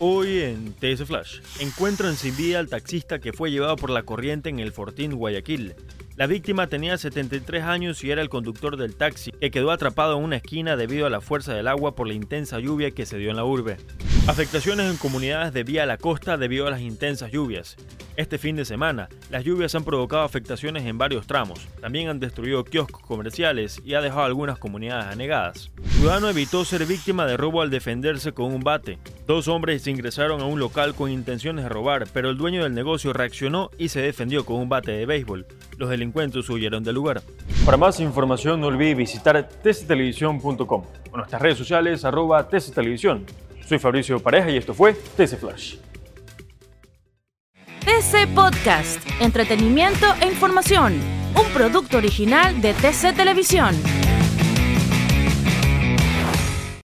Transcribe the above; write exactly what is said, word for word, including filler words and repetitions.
Hoy en T S Flash, encuentran sin vida al taxista que fue llevado por la corriente en el Fortín, Guayaquil. La víctima tenía setenta y tres años y era el conductor del taxi, que quedó atrapado en una esquina debido a la fuerza del agua por la intensa lluvia que se dio en la urbe. Afectaciones en comunidades de Vía La Costa debido a las intensas lluvias. Este fin de semana, las lluvias han provocado afectaciones en varios tramos. También han destruido kioscos comerciales y ha dejado algunas comunidades anegadas. Ciudadano evitó ser víctima de robo al defenderse con un bate. Dos hombres ingresaron a un local con intenciones de robar, pero el dueño del negocio reaccionó y se defendió con un bate de béisbol. Los delincuentes huyeron del lugar. Para más información no olvide visitar t c televisión punto com o nuestras redes sociales arroba t c televisión. Soy Fabricio Pareja y esto fue T C Flash. T C Podcast, entretenimiento e información, un producto original de T C Televisión.